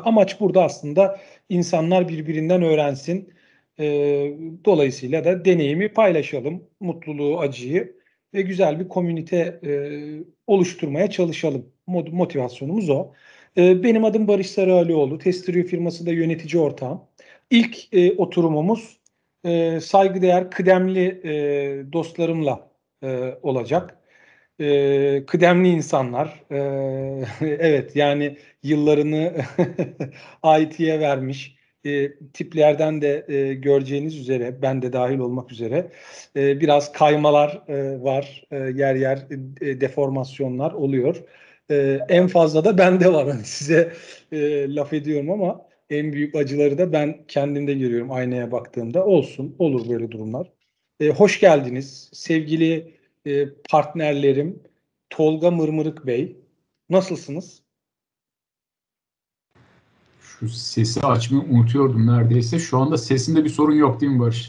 Amaç burada aslında insanlar birbirinden öğrensin. Dolayısıyla da deneyimi paylaşalım, mutluluğu, acıyı ve güzel bir komünite oluşturmaya çalışalım. Motivasyonumuz o. Benim adım Barış Sarıalioğlu. Testrio firması da yönetici ortağım. İlk oturumumuz saygıdeğer, kıdemli dostlarımla olacak. Kıdemli insanlar, evet yani yıllarını IT'ye vermiş tiplerden de göreceğiniz üzere, ben de dahil olmak üzere biraz kaymalar var, yer yer deformasyonlar oluyor. En fazla da bende var. Hani size laf ediyorum ama en büyük acıları da ben kendimde görüyorum aynaya baktığımda. Olsun, olur böyle durumlar. Hoş geldiniz sevgili partnerlerim Tolga Mırmırık Bey. Nasılsınız? Şu sesi açmayı unutuyordum neredeyse. Şu anda sesinde bir sorun yok değil mi Barış?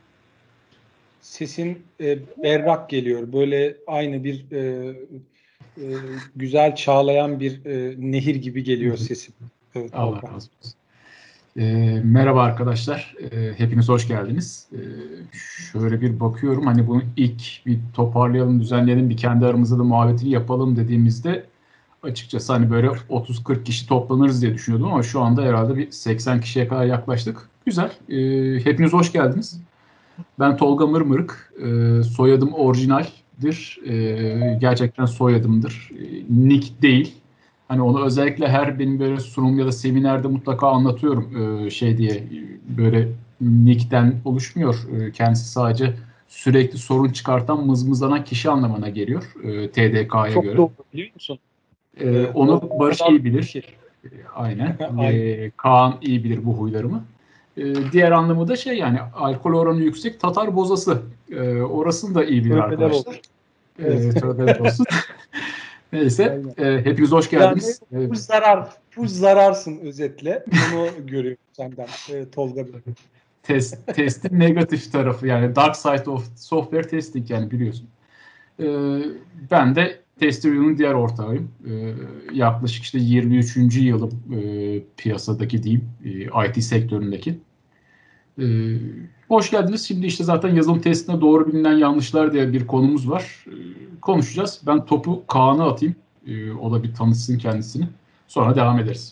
Sesin berrak geliyor. Böyle aynı bir güzel çağlayan bir nehir gibi geliyor sesim. Evet, Allah Tolga. razı olsun. Merhaba arkadaşlar. Hepiniz hoş geldiniz. Şöyle bir bakıyorum. Hani bunu ilk bir toparlayalım, düzenleyelim, bir kendi aramızda da muhabbetini yapalım dediğimizde açıkçası hani böyle 30-40 kişi toplanırız diye düşünüyordum ama şu anda herhalde bir 80 kişiye kadar yaklaştık. Güzel. Hepiniz hoş geldiniz. Ben Tolga Mırmırık. Soyadım orijinaldir. Gerçekten soyadımdır. Nick değil. Hani onu özellikle her benim böyle sunum ya da seminerde mutlaka anlatıyorum. Şey diye böyle Nick'ten oluşmuyor. Kendisi sadece sürekli sorun çıkartan, mızmızlanan kişi anlamına geliyor. TDK'ya Çok göre. doğru biliyor musun? Onu O Barış kadar iyi doğru bilir. ki. Aynen. Aynen. Kaan iyi bilir bu huylarımı. Diğer anlamı da şey yani alkol oranı yüksek Tatar bozası. Orasını da iyi bilir Tövbeler arkadaşlar. olsun. Evet. Tövbeler olsun. Neyse. Aynen. Hepiniz hoş Yani geldiniz. bu zararsın özetle. Onu görüyorum senden Tolga Bey. Testin negatif tarafı yani dark side of software testing yani biliyorsun. Ee, Ben de Testerio'nun diğer ortağıyım. Yaklaşık işte 23. yılım piyasadaki diyeyim, IT sektöründeki. Ee, Hoş geldiniz. Şimdi işte zaten yazılım testinde doğru bilinen yanlışlar diye bir konumuz var. Konuşacağız. Ben topu Kaan'a atayım. O da bir tanıtsın kendisini. Sonra devam ederiz.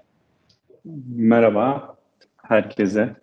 Merhaba herkese.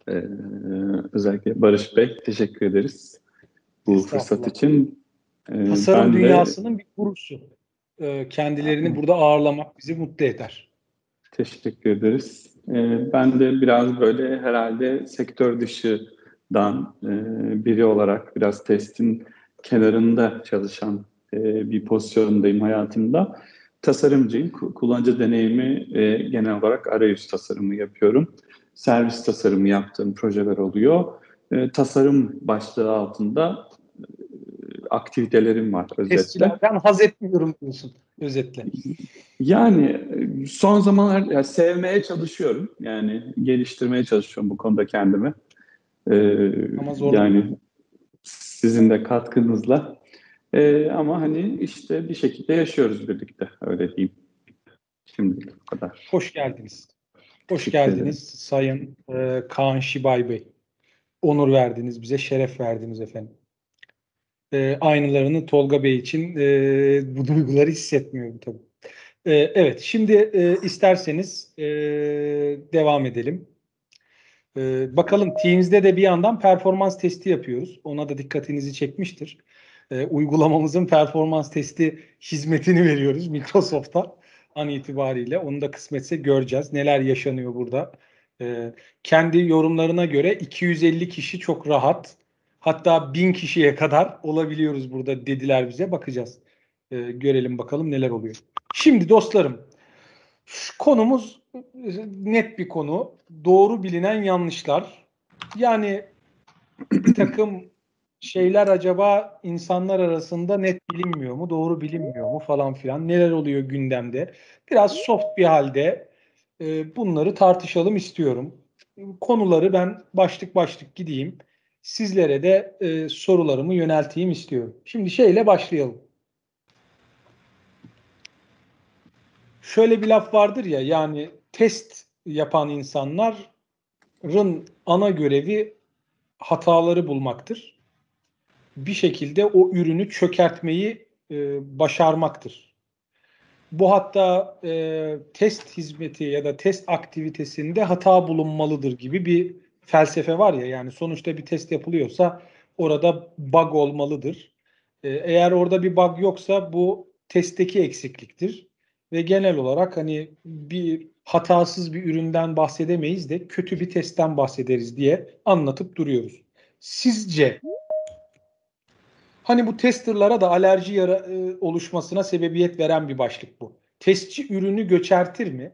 Özellikle Barış Bey teşekkür ederiz bu fırsat Estağfurullah. için. Tasarım Ben de dünyasının bir kurusu. Kendilerini burada ağırlamak bizi mutlu eder. teşekkür ederiz. Ben de biraz böyle herhalde sektör dışından biri olarak biraz testin kenarında çalışan bir pozisyondayım hayatımda. Tasarımcıyım. Kullanıcı deneyimi genel olarak arayüz tasarımı yapıyorum. Servis tasarımı yaptığım projeler oluyor. Tasarım başlığı altında aktivitelerim var özetle. Testçilerden haz etmiyorum diyorsun özetle. Yani son zamanlar ya, sevmeye çalışıyorum. Yani geliştirmeye çalışıyorum bu konuda kendimi. Ama zorlanıyorum. Yani sizin de katkınızla. Ama hani işte bir şekilde yaşıyoruz birlikte. Öyle diyeyim. Şimdilik bu kadar. Hoş geldiniz. Hoş Teşekkür ederim. geldiniz Sayın Kaan Şibay Bey. Onur verdiniz bize, şeref verdiniz efendim. Aynılarını Tolga Bey için bu duyguları hissetmiyorum tabii. Evet, şimdi isterseniz devam edelim. Bakalım Teams'de de bir yandan performans testi yapıyoruz. Ona da dikkatinizi çekmiştir. Uygulamamızın performans testi hizmetini veriyoruz Microsoft'a an itibariyle. Onu da kısmetse göreceğiz. Neler yaşanıyor burada. Kendi yorumlarına göre 250 kişi çok rahat. Hatta 1000 kişiye kadar olabiliyoruz burada dediler bize. Bakacağız. Görelim bakalım neler oluyor. Şimdi dostlarım, konumuz net bir konu. Doğru bilinen yanlışlar. Yani bir takım şeyler acaba insanlar arasında net bilinmiyor mu, doğru bilinmiyor mu falan filan. Neler oluyor gündemde? Biraz soft bir halde bunları tartışalım istiyorum. Konuları ben başlık başlık gideyim. Sizlere de sorularımı yönelteyim istiyorum. Şimdi şeyle başlayalım. Şöyle bir laf vardır ya, yani test yapan insanların ana görevi hataları bulmaktır. Bir şekilde o ürünü çökertmeyi başarmaktır. Bu hatta test hizmeti ya da test aktivitesinde hata bulunmalıdır gibi bir felsefe var ya, yani sonuçta bir test yapılıyorsa orada bug olmalıdır. Eğer orada bir bug yoksa bu testteki eksikliktir ve genel olarak hani bir hatasız bir üründen bahsedemeyiz de kötü bir testten bahsederiz diye anlatıp duruyoruz. Sizce hani bu testerlara da alerji oluşmasına sebebiyet veren bir başlık bu. Testçi ürünü göçertir mi?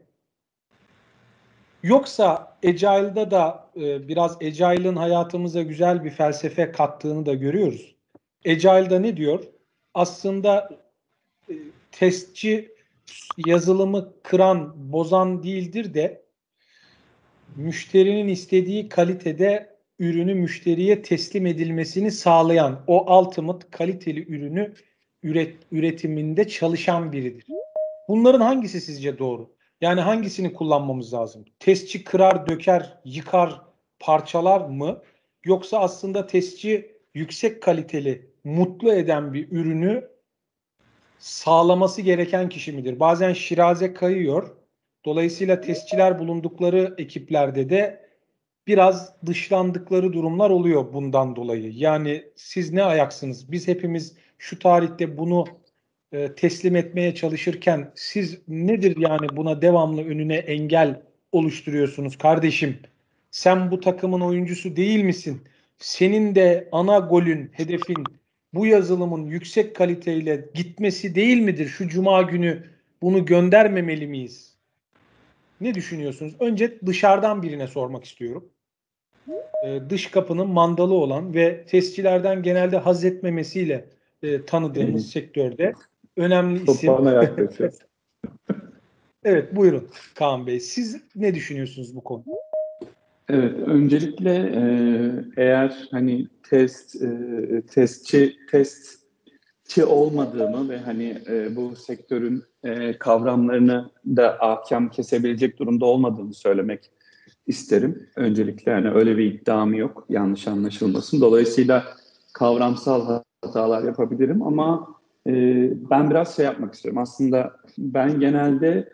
Yoksa Agile'da da biraz Agile'ın hayatımıza güzel bir felsefe kattığını da görüyoruz. Agile'da ne diyor? Aslında testçi yazılımı kıran, bozan değildir de müşterinin istediği kalitede ürünü müşteriye teslim edilmesini sağlayan, o ultimate kaliteli ürünü üretiminde çalışan biridir. Bunların hangisi sizce doğru? Yani hangisini kullanmamız lazım? Testçi kırar, döker, yıkar, parçalar mı? Yoksa aslında testçi yüksek kaliteli, mutlu eden bir ürünü sağlaması gereken kişi midir? Bazen şiraze kayıyor. Dolayısıyla testçiler bulundukları ekiplerde de biraz dışlandıkları durumlar oluyor bundan dolayı. Yani siz ne ayaksınız? Biz hepimiz şu tarihte bunu teslim etmeye çalışırken siz nedir yani buna devamlı önüne engel oluşturuyorsunuz kardeşim? Sen bu takımın oyuncusu değil misin? Senin de ana golün, hedefin bu yazılımın yüksek kaliteyle gitmesi değil midir? Şu cuma günü bunu göndermemeli miyiz? Ne düşünüyorsunuz? Önce dışarıdan birine sormak istiyorum. Dış kapının mandalı olan ve testçilerden genelde haz etmemesiyle tanıdığımız sektörde önemli isim. Bana yaklaşıyor. Evet, buyurun Kaan Bey. Siz ne düşünüyorsunuz bu konuda? Evet, öncelikle eğer hani testçi olmadığımı ve hani bu sektörün kavramlarını da ahkam kesebilecek durumda olmadığımı söylemek isterim. Öncelikle yani öyle bir iddiam yok, yanlış anlaşılmasın. Dolayısıyla kavramsal hatalar yapabilirim ama ben biraz şey yapmak istiyorum. Aslında ben genelde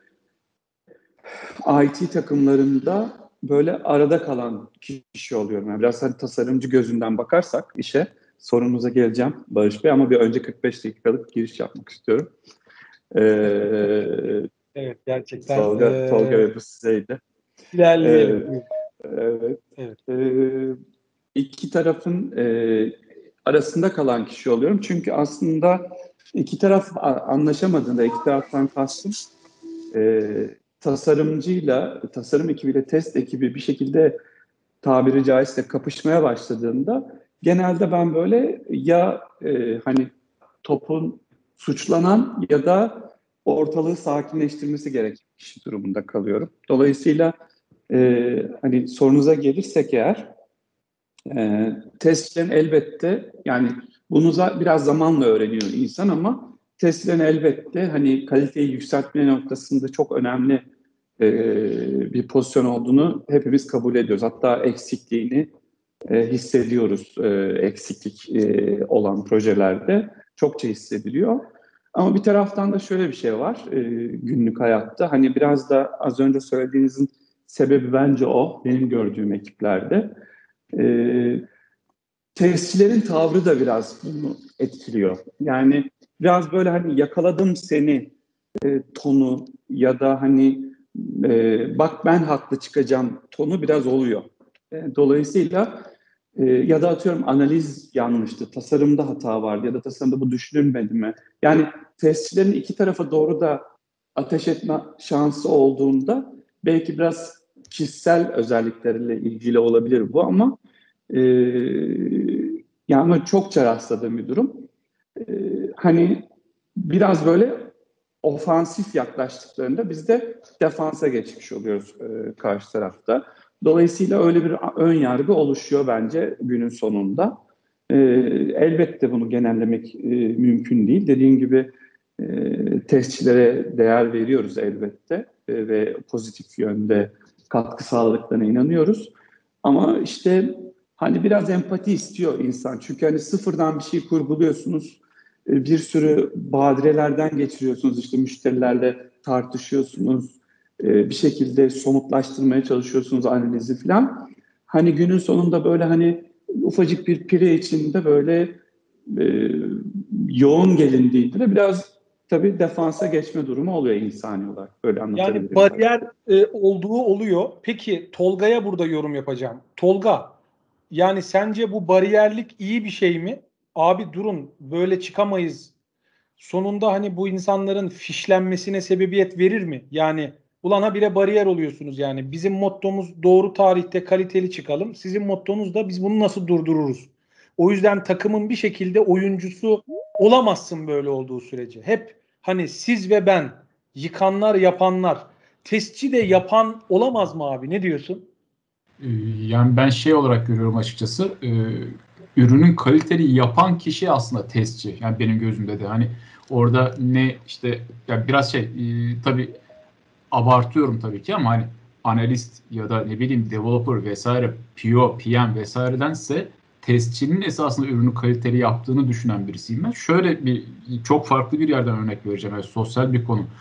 IT takımlarında böyle arada kalan kişi oluyorum. Yani biraz hani tasarımcı gözünden bakarsak işe, sorumuza geleceğim Barış Bey ama bir önce 45 dakikalık giriş yapmak istiyorum. Evet, gerçekten Tolga ve bu sizeydi. ilerleyelim. Evet. Evet. İki tarafın arasında kalan kişi oluyorum. Çünkü aslında iki taraf anlaşamadığında, iki taraftan kastım tasarım ekibiyle test ekibi bir şekilde tabiri caizse kapışmaya başladığında genelde ben böyle ya hani topun suçlanan ya da ortalığı sakinleştirmesi gereken kişi durumunda kalıyorum. Dolayısıyla hani sorunuza gelirsek eğer testlerin elbette yani bunu biraz zamanla öğreniyor insan ama testlerin elbette hani kaliteyi yükseltme noktasında çok önemli bir pozisyon olduğunu hepimiz kabul ediyoruz. Hatta eksikliğini hissediyoruz eksiklik olan projelerde. Çokça hissediliyor. Ama bir taraftan da şöyle bir şey var günlük hayatta. Hani biraz da az önce söylediğinizin sebebi bence o. Benim gördüğüm ekiplerde. Testçilerin tavrı da biraz bunu etkiliyor. Yani biraz böyle hani yakaladım seni tonu ya da hani bak ben haklı çıkacağım tonu biraz oluyor. Dolayısıyla ya da atıyorum analiz yanlıştı, tasarımda hata vardı ya da tasarımda bu düşünülmedi mi? Yani testçilerin iki tarafa doğru da ateş etme şansı olduğunda belki biraz kişisel özellikleriyle ilgili olabilir bu ama yani çokça rastladığım bir durum. Hani biraz böyle ofansif yaklaştıklarında biz de defansa geçmiş oluyoruz karşı tarafta. Dolayısıyla öyle bir ön yargı oluşuyor bence günün sonunda. Elbette bunu genellemek mümkün değil. Dediğim gibi testçilere değer veriyoruz elbette. ve pozitif yönde katkı sağladıklarına inanıyoruz. Ama işte hani biraz empati istiyor insan. Çünkü hani sıfırdan bir şey kurguluyorsunuz. Bir sürü badirelerden geçiriyorsunuz. İşte müşterilerle tartışıyorsunuz. Bir şekilde somutlaştırmaya çalışıyorsunuz analizi falan. Hani günün sonunda böyle hani ufacık bir pire içinde böyle e, yoğun gelindiğinde biraz tabii defansa geçme durumu oluyor insani olarak. Öyle Yani anlatabilirim. bariyer olduğu oluyor. Peki Tolga'ya burada yorum yapacağım. Tolga, yani sence bu bariyerlik iyi bir şey mi? Abi durun, böyle çıkamayız. Sonunda hani bu insanların fişlenmesine sebebiyet verir mi? Yani ulan habire bariyer oluyorsunuz yani. Bizim mottomuz doğru tarihte kaliteli çıkalım. Sizin mottonuz da biz bunu nasıl durdururuz? O yüzden takımın bir şekilde oyuncusu olamazsın böyle olduğu sürece. Hep hani siz ve ben, yıkanlar yapanlar, testçi de yapan olamaz mı abi? Ne diyorsun? Yani ben şey olarak görüyorum açıkçası. Ürünün kaliteli yapan kişi aslında testçi. Yani benim gözümde de hani orada ne işte yani biraz tabii abartıyorum tabii ki ama hani analist ya da ne bileyim developer vesaire PO, PM vesairedense testçinin esasında ürünü kaliteli yaptığını düşünen birisiyim ben. Şöyle bir çok farklı bir yerden örnek vereceğim. Yani sosyal bir konu.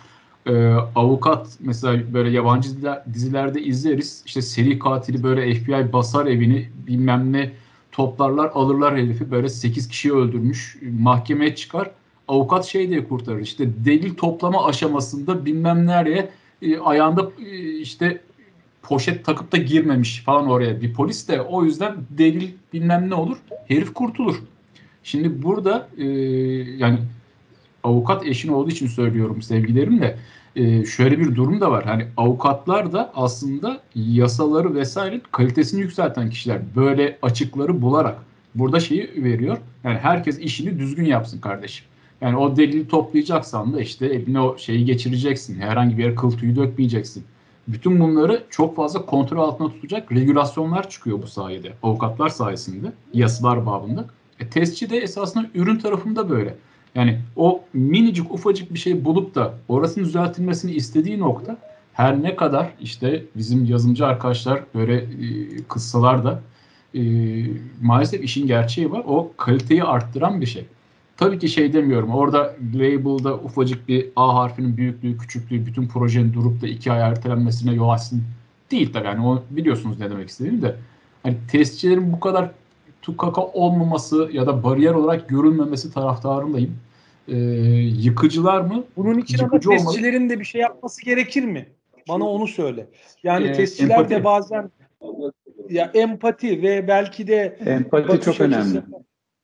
Avukat mesela böyle yabancı dizilerde izleriz. İşte seri katili böyle FBI basar evini bilmem ne toplarlar alırlar herifi böyle 8 kişiyi öldürmüş mahkemeye çıkar. Avukat şey diye kurtarır işte delil toplama aşamasında bilmem nereye ayağında işte poşet takıp da girmemiş falan oraya bir polis de o yüzden delil bilmem ne olur herif kurtulur. Şimdi burada yani avukat eşin olduğu için söylüyorum sevgilerim de şöyle bir durum da var. Hani avukatlar da aslında yasaları vesaire kalitesini yükselten kişiler. Böyle açıkları bularak burada şeyi veriyor. Yani herkes işini düzgün yapsın kardeşim. Yani o delili toplayacaksan da işte eline o şeyi geçireceksin. Herhangi bir yere kıl tüyü dökmeyeceksin. Bütün bunları çok fazla kontrol altında tutacak regülasyonlar çıkıyor bu sayede. Avukatlar sayesinde, yasalar babında. Testçi de esasında ürün tarafında böyle. Yani o minicik ufacık bir şey bulup da orasının düzeltilmesini istediği nokta her ne kadar işte bizim yazılımcı arkadaşlar böyle kıssalar da e, maalesef işin gerçeği var. O kaliteyi arttıran bir şey. Tabii ki şey demiyorum. Orada label'da ufacık bir A harfinin büyüklüğü, küçüklüğü bütün projenin durup da 2 ay ertelenmesine yol açsın. Değil tabii. Yani o biliyorsunuz ne demek istediğimi de. Hani testçilerin bu kadar tukaka olmaması ya da bariyer olarak görülmemesi taraftarındayım. Yıkıcılar mı? Bunun için ama Yıkıcı olmalı. testçilerin de bir şey yapması gerekir mi? Bana onu söyle. Yani testçiler de Empati. bazen ya empati ve belki de Empati bakış çok önemli. açısı.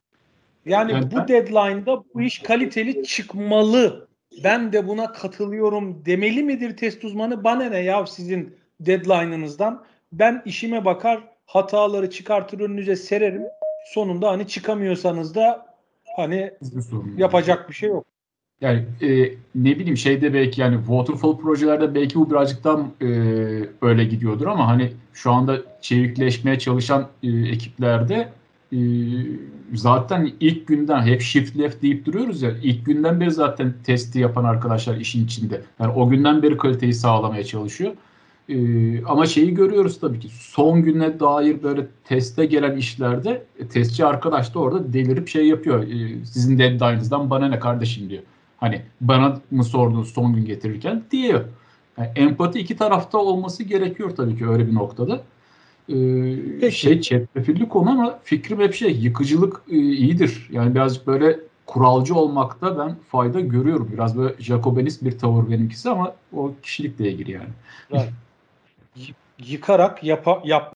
Yani Yani bu deadline'da bu iş kaliteli çıkmalı. Ben de buna katılıyorum demeli midir test uzmanı? Bana ne ya sizin deadline'ınızdan? Ben işime bakar, hataları çıkartır önünüze sererim. Sonunda hani çıkamıyorsanız da hani sizin sorununuz. yapacak bir şey yok. Yani ne bileyim şeyde belki yani waterfall projelerde belki bu birazcık daha öyle gidiyordur ama hani şu anda çevikleşmeye çalışan ekiplerde e, zaten ilk günden hep shift left deyip duruyoruz ya ilk günden beri zaten testi yapan arkadaşlar işin içinde. Yani o günden beri kaliteyi sağlamaya çalışıyor. Ama şeyi görüyoruz tabii ki son güne dair böyle teste gelen işlerde testçi arkadaş da orada delirip şey yapıyor. Sizin deadline'ınızdan bana ne kardeşim diyor. Hani bana mı sordunuz son gün getirirken diyor. Yani empati iki tarafta olması gerekiyor tabii ki öyle bir noktada. Peki. Çetrefilli konu ama fikrim hep şey yıkıcılık iyidir. Yani birazcık böyle kuralcı olmakta ben fayda görüyorum. Biraz böyle Jacobinist bir tavır benimkisi ama o kişilikle ilgili yani. Yıkarak yap